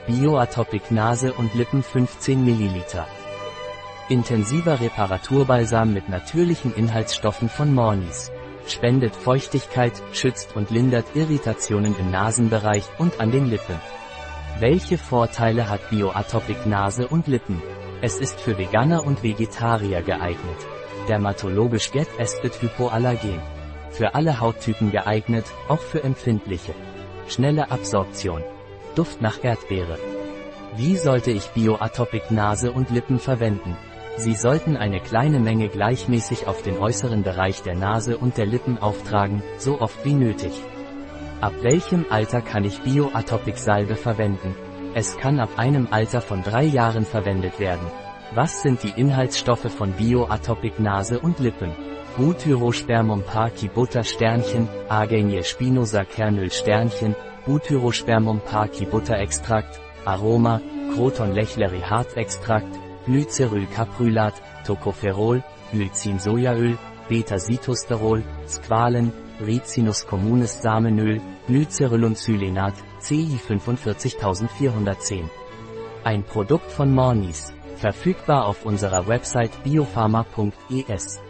Bioatopic Nase und Lippen 15 ml. Intensiver Reparaturbalsam mit natürlichen Inhaltsstoffen von Mornis. Spendet Feuchtigkeit, schützt und lindert Irritationen im Nasenbereich und an den Lippen. Welche Vorteile hat Bioatopic Nase und Lippen? Es ist für Veganer und Vegetarier geeignet. Dermatologisch getestet hypoallergen. Für alle Hauttypen geeignet, auch für empfindliche. Schnelle Absorption. Duft nach Erdbeere. Wie sollte ich Bioatopic Nase und Lippen verwenden? Sie sollten eine kleine Menge gleichmäßig auf den äußeren Bereich der Nase und der Lippen auftragen, so oft wie nötig. Ab welchem Alter kann ich Bioatopic Salbe verwenden? Es kann ab einem Alter von 3 Jahren verwendet werden. Was sind die Inhaltsstoffe von Bioatopic Nase und Lippen? Butyrospermum parcibutter Sternchen, Arganie spinosa Kernöl Sternchen, Butyrospermum parcibutter-Extrakt, Aroma, Croton Lechleri Hartextrakt, Glycerylcaprylat, Tocopherol, Glycin-Sojaöl, Beta-Sitosterol, Squalen, Ricinus communis Samenöl, Glyceryloncylenat, CI 45410. Ein Produkt von Mornis. Verfügbar auf unserer Website biopharma.es.